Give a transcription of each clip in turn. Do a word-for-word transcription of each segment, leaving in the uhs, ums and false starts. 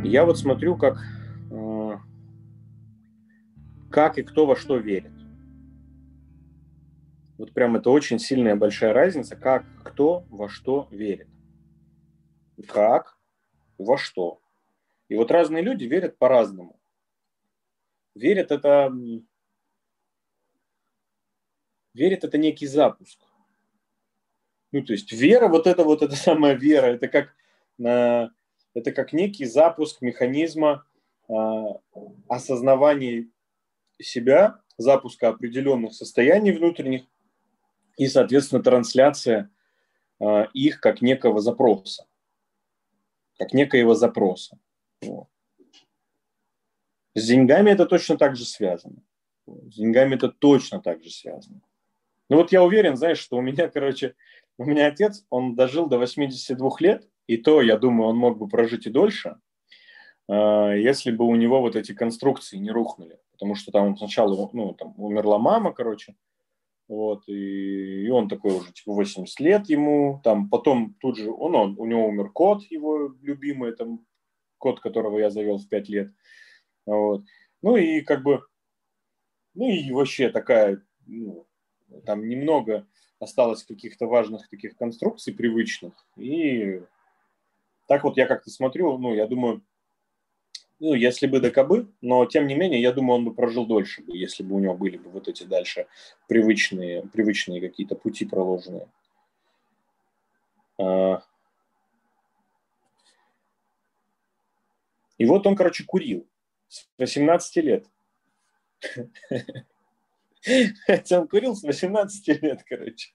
Я вот смотрю, как, э, как и кто во что верит. Вот прям это очень сильная большая разница, как кто во что верит. Как, во что. И вот разные люди верят по-разному. Верят это, верят это некий запуск. Ну, то есть вера, вот это вот эта самая вера, это как, э, это как некий запуск механизма э, осознавания себя, запуска определенных состояний внутренних и, соответственно, трансляция э, их как некого запроса, как некоего запроса. Вот. С деньгами это точно так же связано. С деньгами это точно так же связано. Ну вот я уверен, знаешь, что у меня, короче, у меня отец, он дожил до восьмидесяти двух лет, и то, я думаю, он мог бы прожить и дольше, если бы у него вот эти конструкции не рухнули. Потому что там сначала, ну, там умерла мама, короче, вот, и, и он такой уже, типа, восемьдесят лет ему, там, потом тут же, он, он, у него умер кот, его любимый, там, кот, которого я завел в пять лет, вот, ну, и как бы, ну, и вообще такая, ну, там немного осталось каких-то важных таких конструкций привычных, и так вот я как-то смотрю, ну, я думаю, ну, если бы да кабы, но тем не менее, я думаю, он бы прожил дольше, бы, если бы у него были бы вот эти дальше привычные, привычные какие-то пути проложенные. И вот он, короче, курил с восемнадцати лет. Он курил с восемнадцати лет, короче.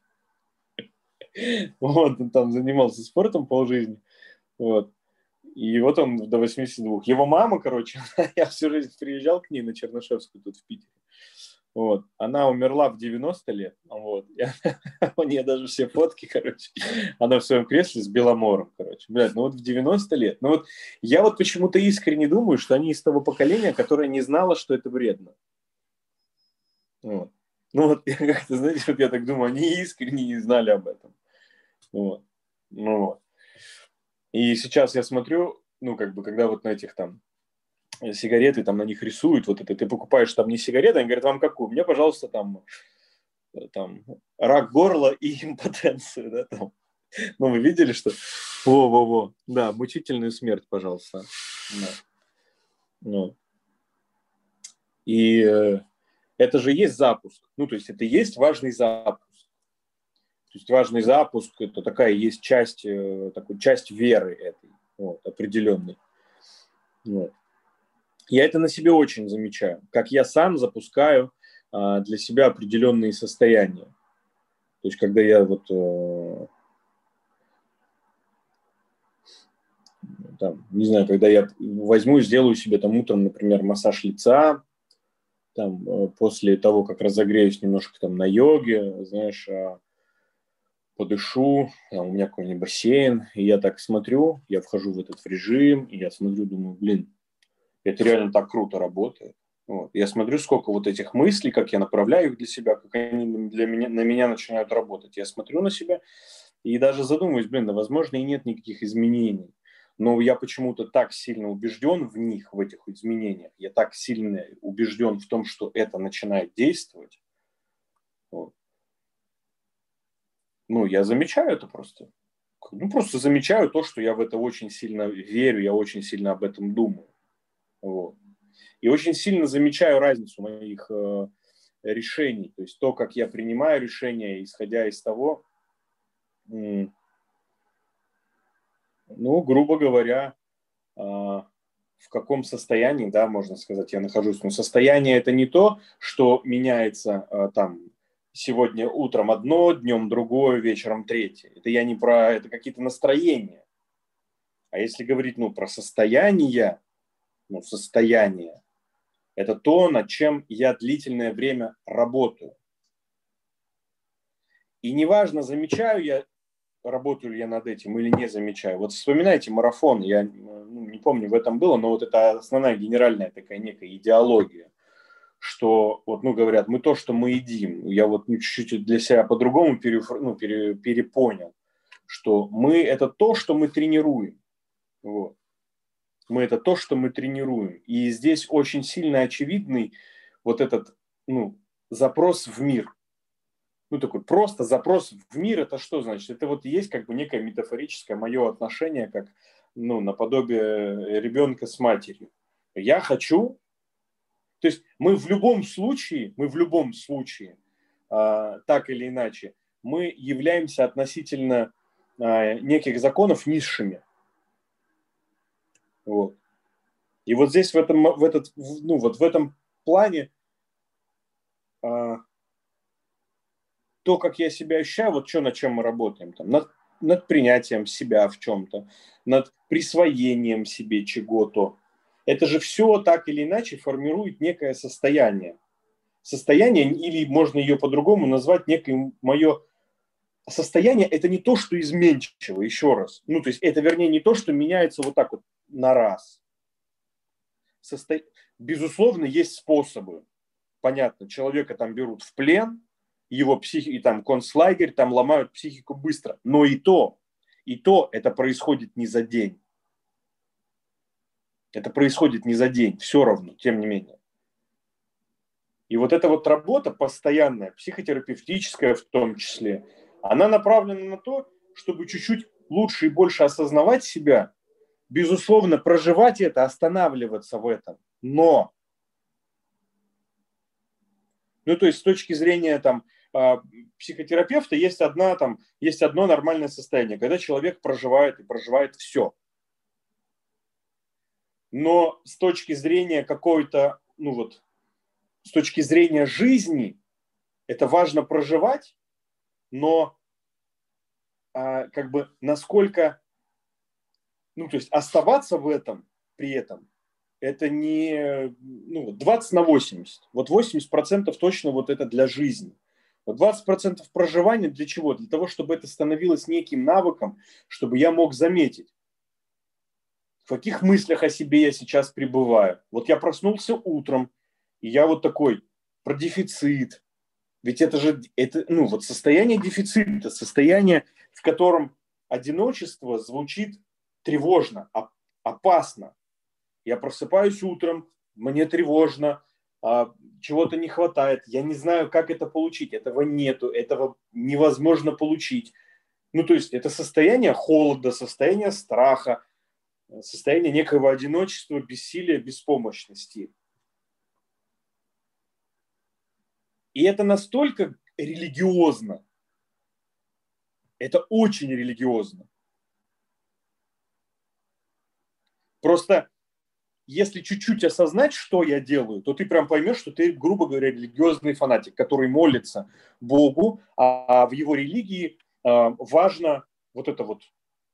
Вот, он там занимался спортом полжизни. Вот. И вот он до восьмидесяти двух. Его мама, короче, я всю жизнь приезжал к ней на Чернышевскую тут в Питере. Вот. Она умерла в девяносто лет. Вот. Я, у нее даже все фотки, короче. Она в своем кресле с Беломором, короче. Блядь, ну вот в девяносто лет. Ну вот я вот почему-то искренне думаю, что они из того поколения, которое не знало, что это вредно. Вот. Ну вот я как-то, знаете, вот я так думаю, они искренне не знали об этом. Вот. Ну вот. И сейчас я смотрю, ну, как бы, когда вот на этих там сигареты, там на них рисуют, вот это, ты покупаешь там не сигареты, они говорят, вам какую? Мне, пожалуйста, там, там рак горла и импотенцию, да, там. Ну, вы видели, что? Во-во-во, да, мучительную смерть, пожалуйста. Да. Ну. И э, это же есть запуск, ну, то есть это есть важный запуск. То есть важный запуск, это такая есть часть, такой, часть веры этой, вот, определенной. Вот. Я это на себе очень замечаю, как я сам запускаю а, для себя определенные состояния. То есть когда я вот э, там, не знаю, когда я возьму и сделаю себе там утром, например, массаж лица, там, э, после того, как разогреюсь немножко там на йоге, знаешь, э, подышу, там, у меня какой-нибудь бассейн, и я так смотрю, я вхожу в этот в режим, и я смотрю, думаю, блин, это реально так круто работает. Вот. Я смотрю, сколько вот этих мыслей, как я направляю их для себя, как они для меня, на меня начинают работать. Я смотрю на себя и даже задумываюсь, блин, да, возможно, и нет никаких изменений. Но я почему-то так сильно убежден в них, в этих изменениях. Я так сильно убежден в том, что это начинает действовать. Вот. Ну, я замечаю это просто. Ну, просто замечаю то, что я в это очень сильно верю, я очень сильно об этом думаю. Вот. И очень сильно замечаю разницу моих э, решений. То есть то, как я принимаю решения, исходя из того, м, ну, грубо говоря, э, в каком состоянии, да, можно сказать, я нахожусь. Но состояние это не то, что меняется э, там сегодня утром одно, днем другое, вечером третье. Это я не про, это какие-то настроения. А если говорить, ну, про состояние, ну, состояние, это то, над чем я длительное время работаю. И неважно, замечаю я, работаю ли я над этим или не замечаю. Вот вспоминайте марафон, я ну, не помню, в этом было, но вот это основная генеральная такая некая идеология, что вот, ну, говорят, мы то, что мы едим. Я вот ну, чуть-чуть для себя по-другому пере, ну, пере, перепонял, что мы это то, что мы тренируем. Вот. Мы это то, что мы тренируем. И здесь очень сильно очевидный вот этот, ну, запрос в мир. Ну, такой просто запрос в мир, это что значит? Это вот есть как бы некое метафорическое мое отношение, как, ну, наподобие ребенка с матерью. Я хочу, то есть мы в любом случае, мы в любом случае, а, так или иначе, мы являемся относительно а, неких законов низшими. Вот. И вот здесь в этом, в этот, ну, вот в этом плане а, то, как я себя ощущаю, вот что, над чем мы работаем, там, над, над принятием себя в чем-то, над присвоением себе чего-то, это же все так или иначе формирует некое состояние. Состояние, или можно ее по-другому назвать, некое мое состояние, это не то, что изменчиво, еще раз. Ну, то есть это, вернее, не то, что меняется вот так вот на раз. Состо... Безусловно, есть способы. Понятно, человека там берут в плен, его психи... и там концлагерь, там ломают психику быстро. Но и то, и то это происходит не за день. Это происходит не за день, все равно, тем не менее. И вот эта вот работа постоянная, психотерапевтическая в том числе, она направлена на то, чтобы чуть-чуть лучше и больше осознавать себя, безусловно, проживать это, останавливаться в этом. Но, ну то есть с точки зрения там, психотерапевта есть, одна, там, есть одно нормальное состояние, когда человек проживает и проживает все. Но с точки зрения какой-то, ну вот, с точки зрения жизни, это важно проживать, но а, как бы насколько, ну то есть оставаться в этом при этом, это не ну, двадцать на восемьдесят. Вот восемьдесят процентов точно вот это для жизни. Вот двадцать процентов проживания для чего? Для того, чтобы это становилось неким навыком, чтобы я мог заметить, в каких мыслях о себе я сейчас пребываю. Вот я проснулся утром, и я вот такой про дефицит. Ведь это же это, ну, вот состояние дефицита, состояние, в котором одиночество звучит тревожно, опасно. Я просыпаюсь утром, мне тревожно, чего-то не хватает, я не знаю, как это получить, этого нету, этого невозможно получить. Ну, то есть это состояние холода, состояние страха, состояние некого одиночества, бессилия, беспомощности. И это настолько религиозно, это очень религиозно. Просто если чуть-чуть осознать, что я делаю, то ты прям поймешь, что ты, грубо говоря, религиозный фанатик, который молится Богу, а в его религии важно вот это вот,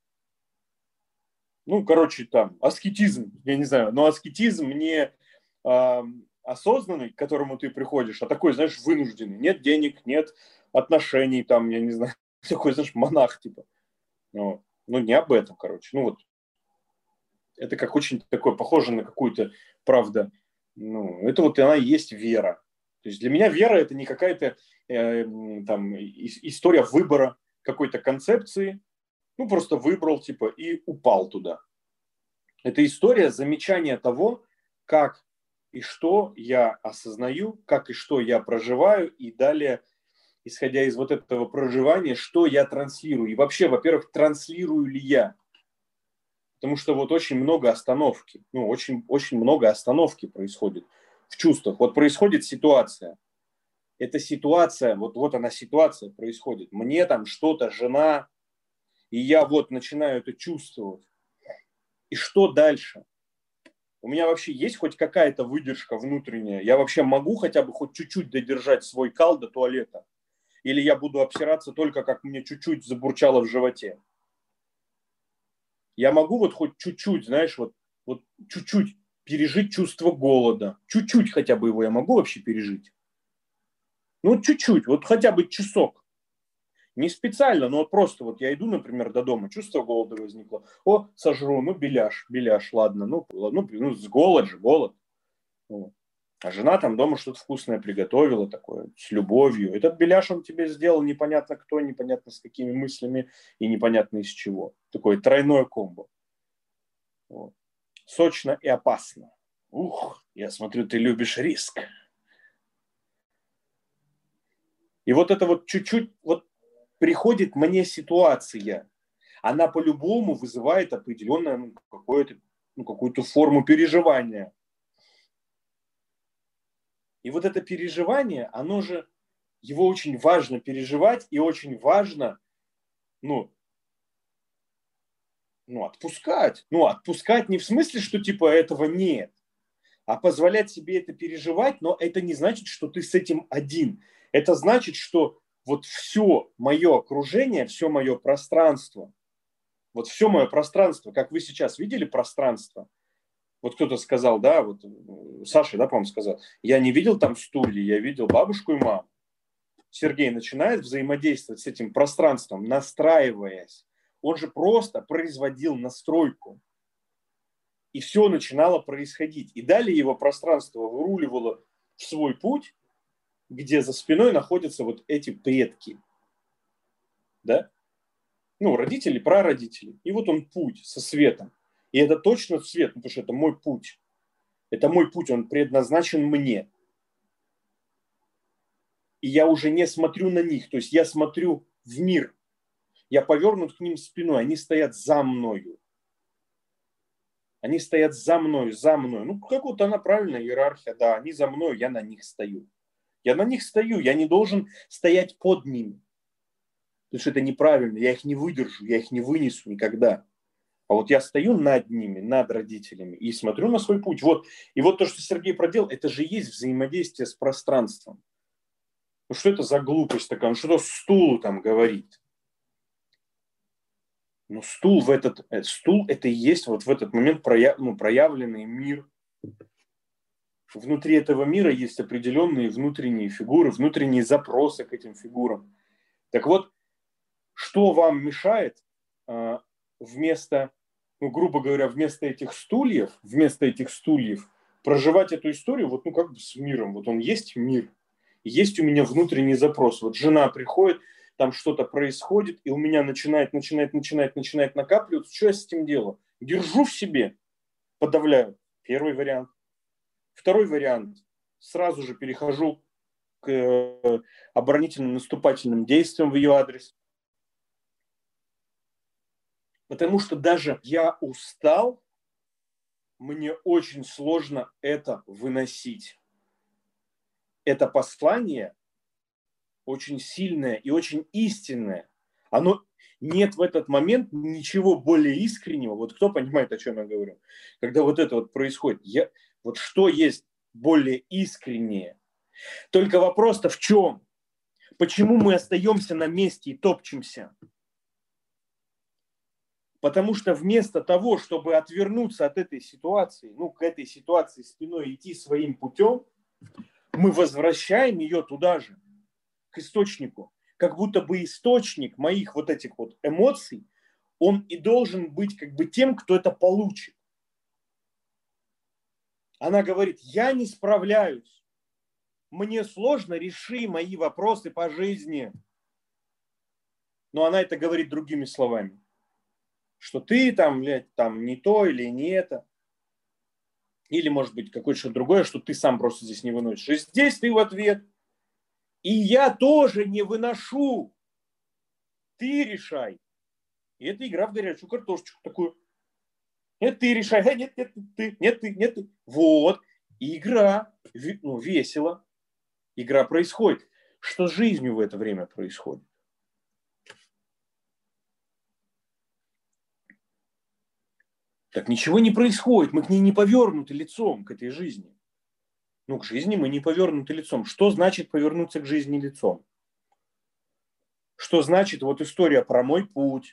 ну, короче, там, аскетизм, я не знаю, но аскетизм не э, осознанный, к которому ты приходишь, а такой, знаешь, вынужденный. Нет денег, нет отношений, там, я не знаю, такой, знаешь, монах, типа. Ну, ну не об этом, короче. Ну, вот это как очень такое, похоже на какую-то, правда, ну, это вот она и есть вера. То есть для меня вера – это не какая-то э, там история выбора какой-то концепции, ну, просто выбрал, типа, и упал туда. Это история замечания того, как и что я осознаю, как и что я проживаю, и далее, исходя из вот этого проживания, что я транслирую. И вообще, во-первых, транслирую ли я? Потому что вот очень много остановки, ну, очень, очень много остановки происходит в чувствах. Вот происходит ситуация. Эта ситуация, вот, вот она ситуация происходит. Мне там что-то, жена, и я вот начинаю это чувствовать. И что дальше? У меня вообще есть хоть какая-то выдержка внутренняя? Я вообще могу хотя бы хоть чуть-чуть додержать свой кал до туалета? Или я буду обсираться только, как мне чуть-чуть забурчало в животе? Я могу вот хоть чуть-чуть, знаешь, вот, вот чуть-чуть пережить чувство голода. Чуть-чуть хотя бы его я могу вообще пережить. Ну, вот чуть-чуть, вот хотя бы часок. Не специально, но вот просто вот я иду, например, до дома, чувство голода возникло. О, сожру, ну, беляш, беляш, ладно, ну, ну, ну с голод же, голод. Вот. А жена там дома что-то вкусное приготовила, такое, с любовью. Этот беляш он тебе сделал непонятно кто, непонятно с какими мыслями и непонятно из чего. Такое тройное комбо. Вот. сочно и опасно. Ух, я смотрю, ты любишь риск. И вот это вот чуть-чуть, вот приходит мне ситуация, она по-любому вызывает определенную ну, какое-то, ну, какую-то форму переживания. И вот это переживание, оно же, его очень важно переживать и очень важно, ну, ну, отпускать. Ну, отпускать не в смысле, что типа этого нет, а позволять себе это переживать, но это не значит, что ты с этим один. Это значит, что вот все мое окружение, все мое пространство, вот все мое пространство, как вы сейчас видели пространство, вот кто-то сказал, да, вот Саша, да, по-моему, сказал, я не видел там стулья, я видел бабушку и маму. Сергей начинает взаимодействовать с этим пространством, настраиваясь. Он же просто производил настройку. И все начинало происходить. И далее его пространство выруливало в свой путь, где за спиной находятся вот эти предки. Да? Ну, родители, прародители. И вот он путь со светом. И это точно свет, потому что это мой путь. Это мой путь, он предназначен мне. И я уже не смотрю на них, то есть я смотрю в мир. Я повернут к ним спиной, они стоят за мною. Они стоят за мною, за мною. Ну, как вот она правильная иерархия, да, они за мною, я на них стою. Я на них стою, я не должен стоять под ними. Потому что это неправильно, я их не выдержу, я их не вынесу никогда. А вот я стою над ними, над родителями и смотрю на свой путь. Вот. И вот то, что Сергей проделал, это же есть взаимодействие с пространством. Ну что это за глупость такая? Ну что стул там говорит? Ну стул в этот, стул это и есть вот в этот момент прояв, ну, проявленный мир. Внутри этого мира есть определенные внутренние фигуры, внутренние запросы к этим фигурам. Так вот, что вам мешает э, вместо, ну, грубо говоря, вместо этих стульев, вместо этих стульев проживать эту историю вот, ну, как бы с миром. Вот он есть мир, есть у меня внутренний запрос. Вот жена приходит, там что-то происходит, и у меня начинает, начинает, начинает, начинает накапливаться. Что я с этим делаю? Держу в себе, подавляю. Первый вариант. Второй вариант. Сразу же перехожу к оборонительным наступательным действиям в ее адрес. Потому что даже я устал, мне очень сложно это выносить. Это послание очень сильное и очень истинное. Оно нет в этот момент ничего более искреннего. Вот кто понимает, о чем я говорю? Когда вот это вот происходит. Я, вот что есть более искреннее? Только вопрос-то в чем? Почему мы остаемся на месте и топчемся? Потому что вместо того, чтобы отвернуться от этой ситуации, ну, к этой ситуации спиной идти своим путем, мы возвращаем ее туда же, к источнику. Как будто бы источник моих вот этих вот эмоций, он и должен быть как бы тем, кто это получит. Она говорит, я не справляюсь. Мне сложно, реши мои вопросы по жизни. Но она это говорит другими словами. Что ты там, блядь, там не то или не это. Или, может быть, какое-то что-то другое, что ты сам просто здесь не выносишь. И здесь ты в ответ. И я тоже не выношу. Ты решай. И это игра в горячую картошечку такую. Нет, ты решай. Нет, нет, ты. Нет, ты, нет, ты. Вот. Игра. Ну, весело. Игра происходит. Что с жизнью в это время происходит? Так ничего не происходит. Мы к ней не повернуты лицом, к этой жизни. Ну, к жизни мы не повернуты лицом. Что значит повернуться к жизни лицом? Что значит вот история про мой путь?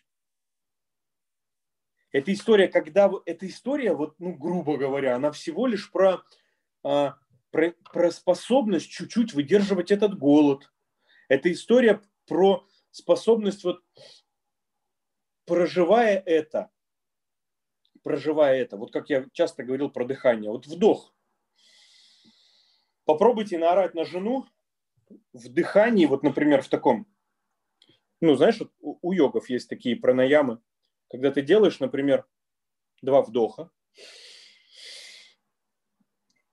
Это история, когда... Эта история, вот, ну, грубо говоря, она всего лишь про, а, про, про способность чуть-чуть выдерживать этот голод. Это история про способность, вот, проживая это, проживая это, вот как я часто говорил про дыхание, вот вдох. Попробуйте наорать на жену в дыхании, вот, например, в таком, ну, знаешь, вот у йогов есть такие пранаямы, когда ты делаешь, например, два вдоха,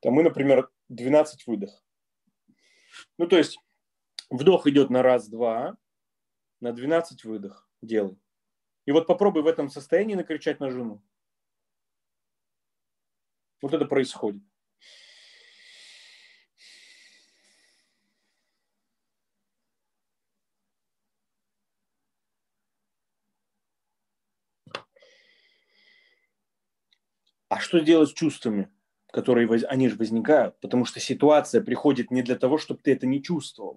Там мы, например, двенадцать выдох. Ну, то есть вдох идет на раз-два, на двенадцать выдох делай. И вот попробуй в этом состоянии накричать на жену. Вот это происходит. А что делать с чувствами, которые они же возникают? Потому что ситуация приходит не для того, чтобы ты это не чувствовал.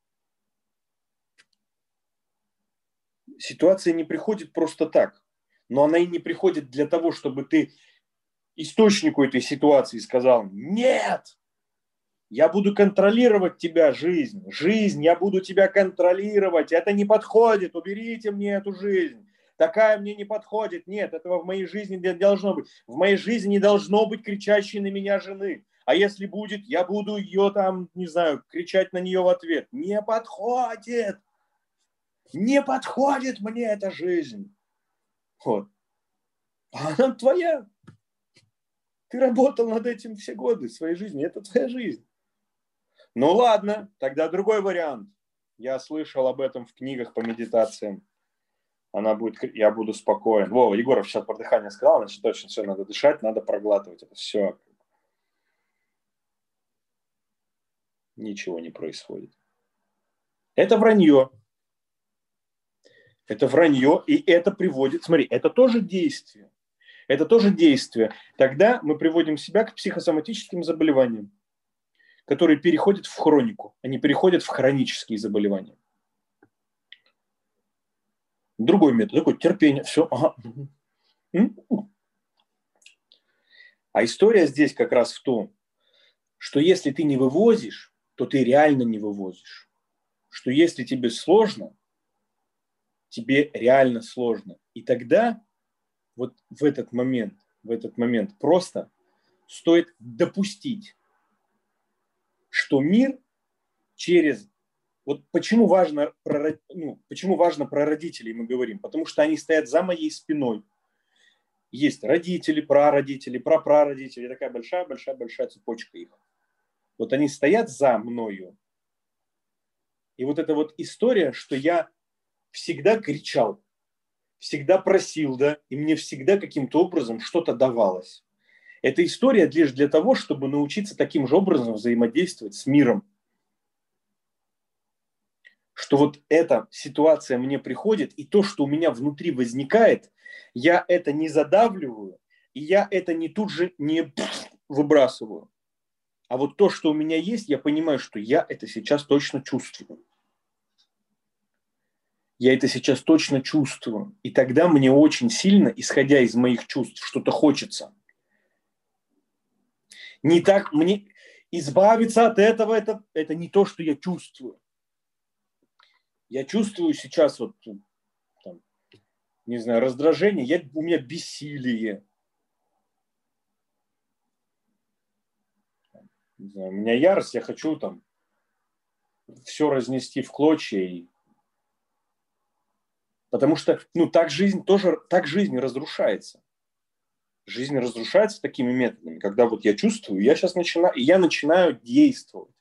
Ситуация не приходит просто так. Но она и не приходит для того, чтобы ты источнику этой ситуации сказал: нет, я буду контролировать тебя, жизнь. Жизнь, я буду тебя контролировать. Это не подходит, уберите мне эту жизнь. Такая мне не подходит. Нет, этого в моей жизни не должно быть. В моей жизни не должно быть кричащей на меня жены. А если будет, я буду ее там, не знаю, кричать на нее в ответ. Не подходит. Не подходит мне эта жизнь. Вот. А она твоя. Ты работал над этим все годы своей жизни. Это твоя жизнь. Ну ладно, тогда другой вариант. Я слышал об этом в книгах по медитациям. Она будет, я буду спокоен. Вова, Егоров сейчас про дыхание сказал, значит точно все, надо дышать, надо проглатывать. Это все. Ничего не происходит. Это вранье. Это вранье, и это приводит, смотри, это тоже действие. Это тоже действие. Тогда мы приводим себя к психосоматическим заболеваниям, которые переходят в хронику, они переходят в хронические заболевания. Другой метод, такой терпение, все. Ага. А история здесь как раз в том, что если ты не вывозишь, то ты реально не вывозишь. Что если тебе сложно, тебе реально сложно. И тогда вот в этот момент, в этот момент просто стоит допустить, что мир через... Вот почему важно, про, ну, почему важно про родителей мы говорим? Потому что они стоят за моей спиной. Есть родители, прародители, прапрародители. Такая большая-большая-большая цепочка их. Вот они стоят за мною. И вот эта вот история, что я всегда кричал, всегда просил, да, и мне всегда каким-то образом что-то давалось. Эта история лишь для того, чтобы научиться таким же образом взаимодействовать с миром. Что вот эта ситуация мне приходит, и то, что у меня внутри возникает, я это не задавливаю, и я это не тут же не выбрасываю. А вот то, что у меня есть, я понимаю, что я это сейчас точно чувствую. Я это сейчас точно чувствую. И тогда мне очень сильно, исходя из моих чувств, что-то хочется. Не так, мне избавиться от этого, это, это не то, что я чувствую. Я чувствую сейчас вот, там, не знаю, раздражение, я, у меня бессилие. Не знаю, у меня ярость, я хочу там все разнести в клочья. И... Потому что, ну, так жизнь тоже, так жизнь разрушается. Жизнь разрушается такими методами, когда вот я чувствую, я сейчас начинаю, и я начинаю действовать.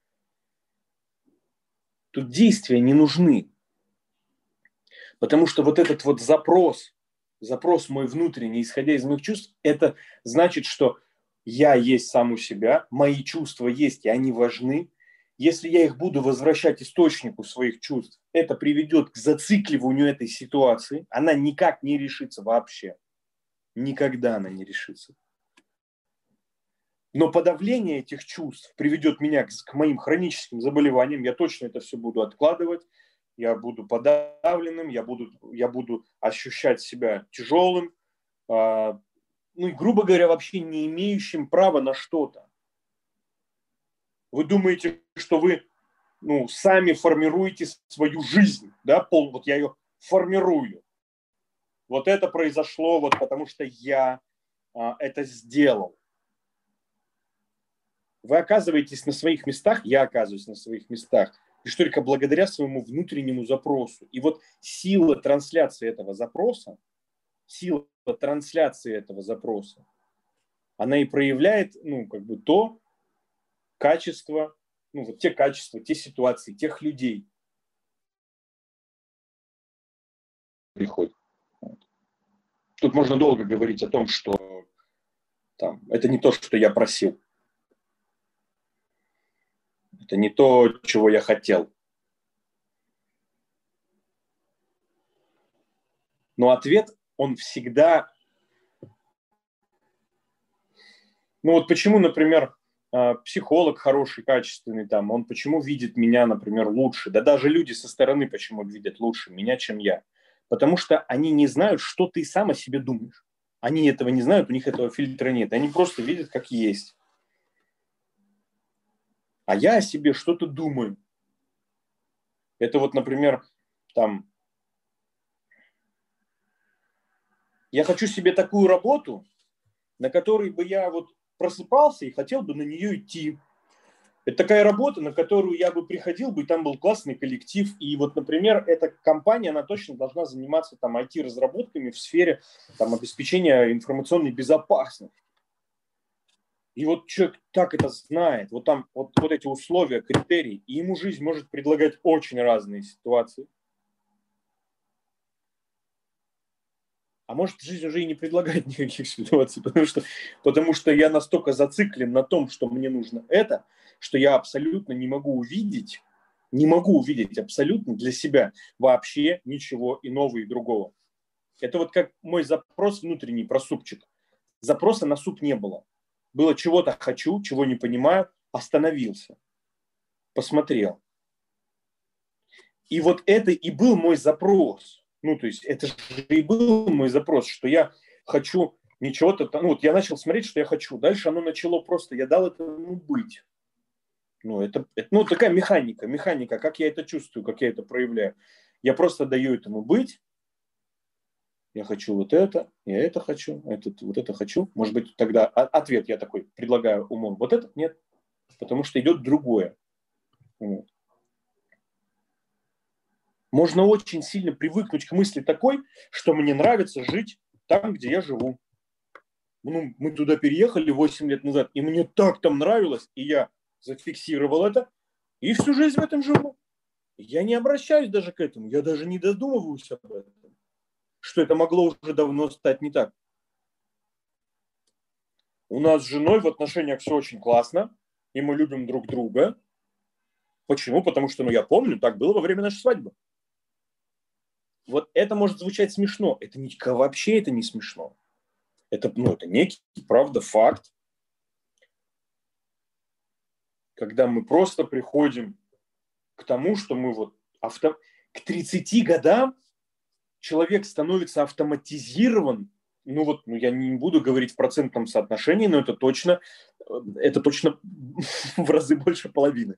Тут действия не нужны. Потому что вот этот вот запрос, запрос мой внутренний, исходя из моих чувств, это значит, что я есть сам у себя, мои чувства есть, и они важны. Если я их буду возвращать источнику своих чувств, это приведет к зацикливанию этой ситуации. Она никак не решится вообще. Никогда она не решится. Но подавление этих чувств приведет меня к, к моим хроническим заболеваниям. Я точно это все буду откладывать. Я буду подавленным, я буду, я буду ощущать себя тяжелым. Э, ну и, грубо говоря, вообще не имеющим права на что-то. Вы думаете, что вы ну, сами формируете свою жизнь, да, пол, вот я ее формирую. Вот это произошло, вот потому что я а, это сделал. Вы оказываетесь на своих местах, я оказываюсь на своих местах, лишь только благодаря своему внутреннему запросу. И вот сила трансляции этого запроса, сила трансляции этого запроса, она и проявляет, ну, как бы то качество, ну, вот те качества, те ситуации, тех людей. Приходит. Тут можно долго говорить о том, что там, это не то, что я просил. Это не то, чего я хотел. Но ответ, он всегда... Ну вот почему, например, психолог хороший, качественный, там, он почему видит меня, например, лучше? Да даже люди со стороны почему видят лучше меня, чем я. Потому что они не знают, что ты сам о себе думаешь. Они этого не знают, у них этого фильтра нет. Они просто видят, как есть. А я о себе что-то думаю. Это вот, например, там, я хочу себе такую работу, на которой бы я вот просыпался и хотел бы на нее идти. Это такая работа, на которую я бы приходил бы, и там был классный коллектив. И вот, например, эта компания, она точно должна заниматься там ай ти-разработками в сфере там, обеспечения информационной безопасности. И вот человек так это знает, вот там вот, вот эти условия, критерии, и ему жизнь может предлагать очень разные ситуации. А может, жизнь уже и не предлагает никаких ситуаций, потому что, потому что я настолько зациклен на том, что мне нужно это, что я абсолютно не могу увидеть, не могу увидеть абсолютно для себя вообще ничего иного и другого. Это вот как мой запрос внутренний про супчик. Запроса на суп не было. Было чего-то хочу, чего не понимаю, остановился, посмотрел. И вот это и был мой запрос. Ну, то есть это же и был мой запрос, что я хочу ничего-то... Ну, вот я начал смотреть, что я хочу. Дальше оно начало просто... Я дал этому быть. Ну, это, это ну, такая механика. Механика, как я это чувствую, как я это проявляю. Я просто даю этому быть. Я хочу вот это, я это хочу, этот, вот это хочу. Может быть, тогда ответ я такой предлагаю умом. Вот этот нет. Потому что идет другое. Вот. Можно очень сильно привыкнуть к мысли такой, что мне нравится жить там, где я живу. Ну, мы туда переехали восемь лет назад, и мне так там нравилось, и я зафиксировал это, и всю жизнь в этом живу. Я не обращаюсь даже к этому, я даже не додумываюсь об этом, что это могло уже давно стать не так. У нас с женой в отношениях все очень классно, и мы любим друг друга. Почему? Потому что, ну, я помню, так было во время нашей свадьбы. Вот это может звучать смешно. Это не, вообще это не смешно. Это, ну, это некий, правда, факт. Когда мы просто приходим к тому, что мы вот авто... к тридцати годам человек становится автоматизирован. Ну вот, ну я не буду говорить в процентном соотношении, но это точно, это точно в разы больше половины.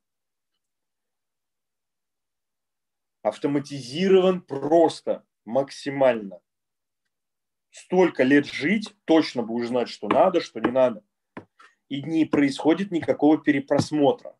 Автоматизирован просто максимально. Столько лет жить, точно будешь знать, что надо, что не надо. И не происходит никакого перепросмотра.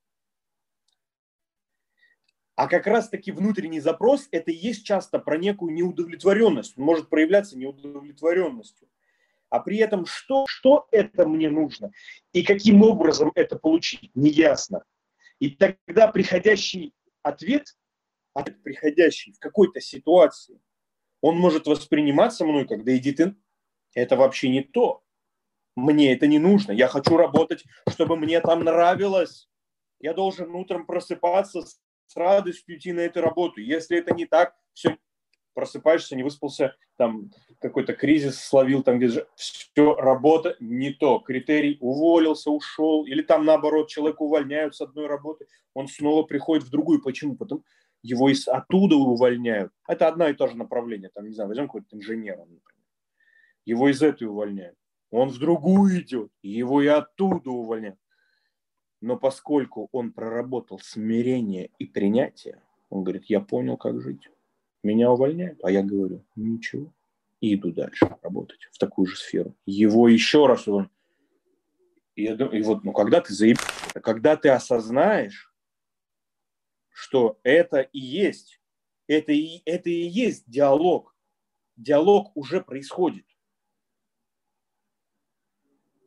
А как раз-таки внутренний запрос – это и есть часто про некую неудовлетворенность. Он может проявляться неудовлетворенностью. А при этом что, что это мне нужно и каким образом это получить, неясно. И тогда приходящий ответ, ответ приходящий в какой-то ситуации, он может восприниматься мной как «да иди ты, это вообще не то, мне это не нужно, я хочу работать, чтобы мне там нравилось, я должен утром просыпаться с радостью идти на эту работу, если это не так, все, просыпаешься, не выспался, там какой-то кризис словил, там где-то все, работа не то, критерий, уволился, ушел, или там наоборот, человека увольняют с одной работы, он снова приходит в другую. Почему? Потому его из оттуда увольняют. Это одно и то же направление, там, не знаю, возьмем какой-то инженер, например. Его из этой увольняют. Он в другую идет, его и оттуда увольняют. Но поскольку он проработал смирение и принятие, он говорит, я понял, как жить. Меня увольняют, а я говорю, ничего. И иду дальше работать в такую же сферу. Его еще раз увольняют. И, и вот, ну, когда ты заебешься, когда ты осознаешь, что это и есть, это и, это и есть диалог. Диалог уже происходит.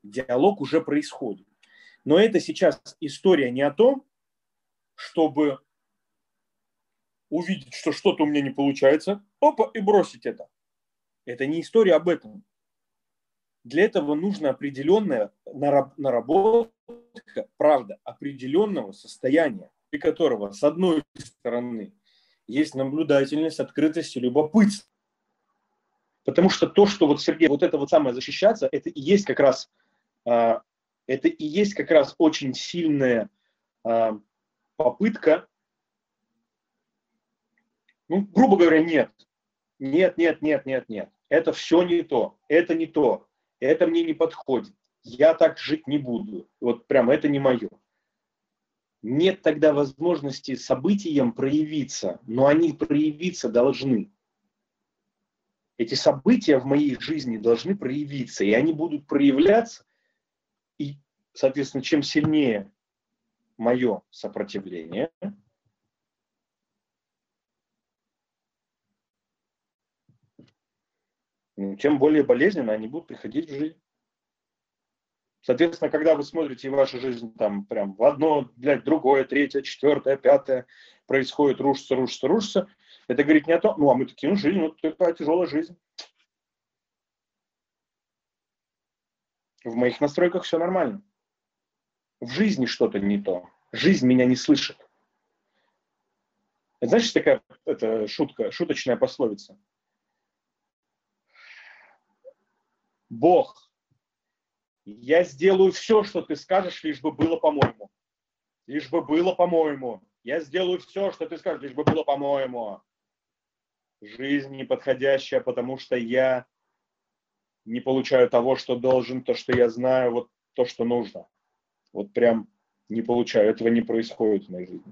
Диалог уже происходит. Но это сейчас история не о том, чтобы увидеть, что что-то у меня не получается, опа, и бросить это. Это не история об этом. Для этого нужна определенная наработка, правда, определенного состояния, при которого, с одной стороны, есть наблюдательность, открытость и любопытство. Потому что то, что вот Сергей, вот это вот самое защищаться, это и есть как раз, это и есть как раз очень сильная попытка, ну, грубо говоря, нет. Нет, нет, нет, нет, нет. Это все не то. Это не то. Это мне не подходит. Я так жить не буду. Вот прям это не мое. Нет тогда возможности событиям проявиться, но они проявиться должны. Эти события в моей жизни должны проявиться, и они будут проявляться, и, соответственно, чем сильнее мое сопротивление, тем более болезненно они будут приходить в жизнь. Соответственно, когда вы смотрите, и ваша жизнь там прям в одно, блядь, другое, третье, четвертое, пятое происходит, рушится, рушится, рушится, это говорит не о том, ну, а мы такие, ну, жизнь, ну, такая тяжелая жизнь. В моих настройках все нормально. В жизни что-то не то. Жизнь меня не слышит. Это, знаешь, такая это шутка, шуточная пословица. Бог, я сделаю все, что ты скажешь, лишь бы было по-моему. Лишь бы было по-моему. Я сделаю все, что ты скажешь, лишь бы было по-моему. Жизнь неподходящая, потому что я не получаю того, что должен, то, что я знаю, вот то, что нужно. Вот прям не получаю. Этого не происходит в моей жизни.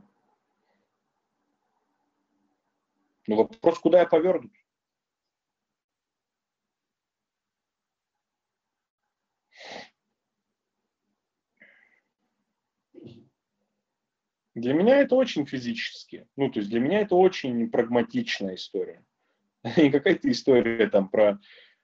Ну вопрос, куда я повернут? Для меня это очень физически. Ну, то есть для меня это очень прагматичная история. Не какая-то история там про...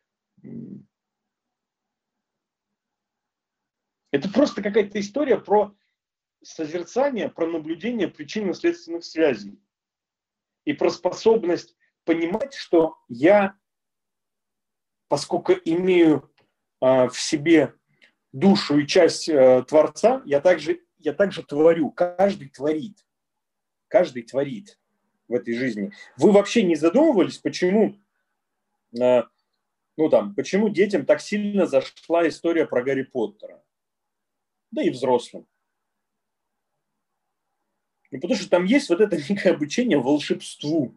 Это просто какая-то история про созерцание, про наблюдение причинно-следственных связей. И про способность понимать, что я, поскольку имею э, в себе душу и часть э, Творца, я также, я также творю. Каждый творит. Каждый творит в этой жизни. Вы вообще не задумывались, почему, э, ну, там, почему детям так сильно зашла история про Гарри Поттера? Да и взрослым. Ну, потому что там есть вот это некое обучение волшебству.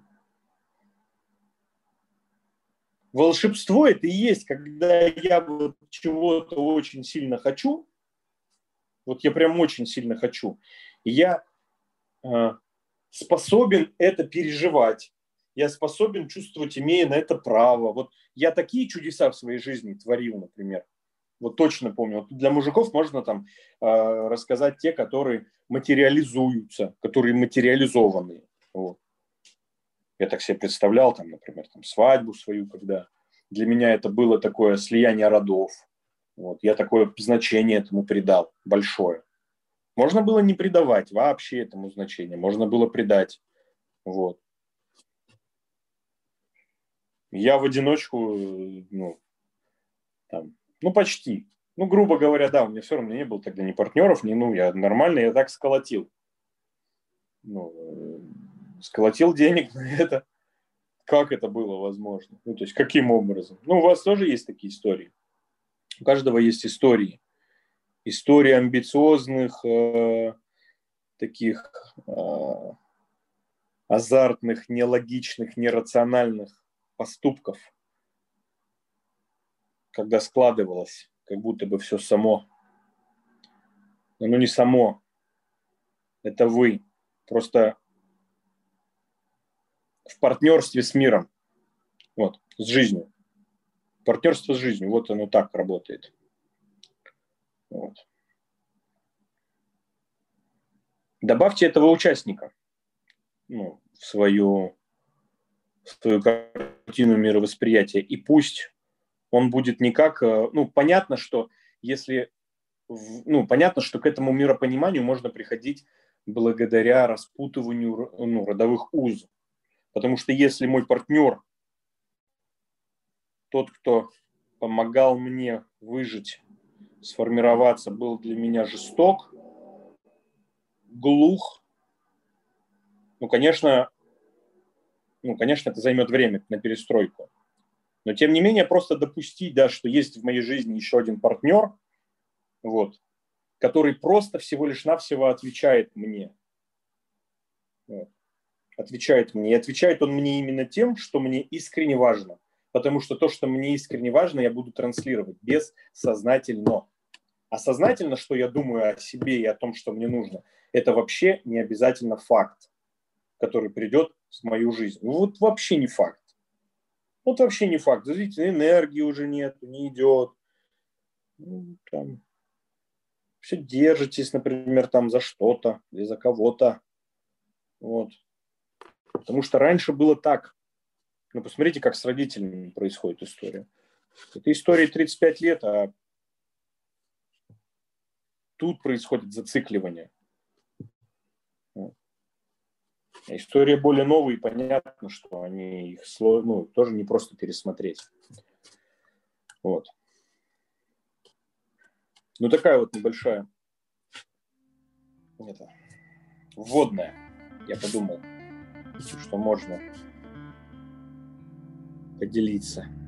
Волшебство это и есть, когда я вот чего-то очень сильно хочу, вот я прям очень сильно хочу, и я э, способен это переживать, я способен чувствовать, имея на это право. Вот я такие чудеса в своей жизни творил, например. Вот точно помню. Вот для мужиков можно там э, рассказать те, которые материализуются, которые материализованные. Вот. Я так себе представлял, там, например, там, свадьбу свою, когда для меня это было такое слияние родов. Вот. Я такое значение этому придал, большое. Можно было не придавать вообще этому значения, можно было придать. Вот. Я в одиночку, ну, там, ну, почти. Ну, грубо говоря, да, у меня все равно не было тогда ни партнеров, ни, ну, я нормально, я так сколотил. Ну, сколотил денег на это. Как это было возможно? Ну, то есть, каким образом? Ну, у вас тоже есть такие истории. У каждого есть истории. Истории амбициозных, э, таких э, азартных, нелогичных, нерациональных поступков, когда складывалось, как будто бы все само. Но оно не само. Это вы. Просто в партнерстве с миром. Вот, с жизнью. Партнерство с жизнью. Вот оно так работает. Вот. Добавьте этого участника, ну, в свою, в свою картину мировосприятия. И пусть он будет не как... Ну, понятно, что если, ну, понятно, что к этому миропониманию можно приходить благодаря распутыванию, ну, родовых уз. Потому что если мой партнер, тот, кто помогал мне выжить, сформироваться, был для меня жесток, глух, ну, конечно, ну, конечно, это займет время на перестройку. Но, тем не менее, просто допустить, да, что есть в моей жизни еще один партнер, вот, который просто всего лишь навсего отвечает мне. Вот. Отвечает мне. И отвечает он мне именно тем, что мне искренне важно. Потому что то, что мне искренне важно, я буду транслировать бессознательно. А сознательно, что я думаю о себе и о том, что мне нужно, это вообще не обязательно факт, который придет в мою жизнь. Ну вот вообще не факт. Вот вообще не факт. Видите, энергии уже нет, не идет. Ну, там, все держитесь, например, там за что-то или за кого-то. Вот. Потому что раньше было так. Ну, посмотрите, как с родителями происходит история. Это история тридцать пять лет, а тут происходит зацикливание. Вот. А история более новая, и понятно, что они их ну, тоже не просто пересмотреть. Вот. Ну, такая вот небольшая это, вводная, я подумал, что можно поделиться.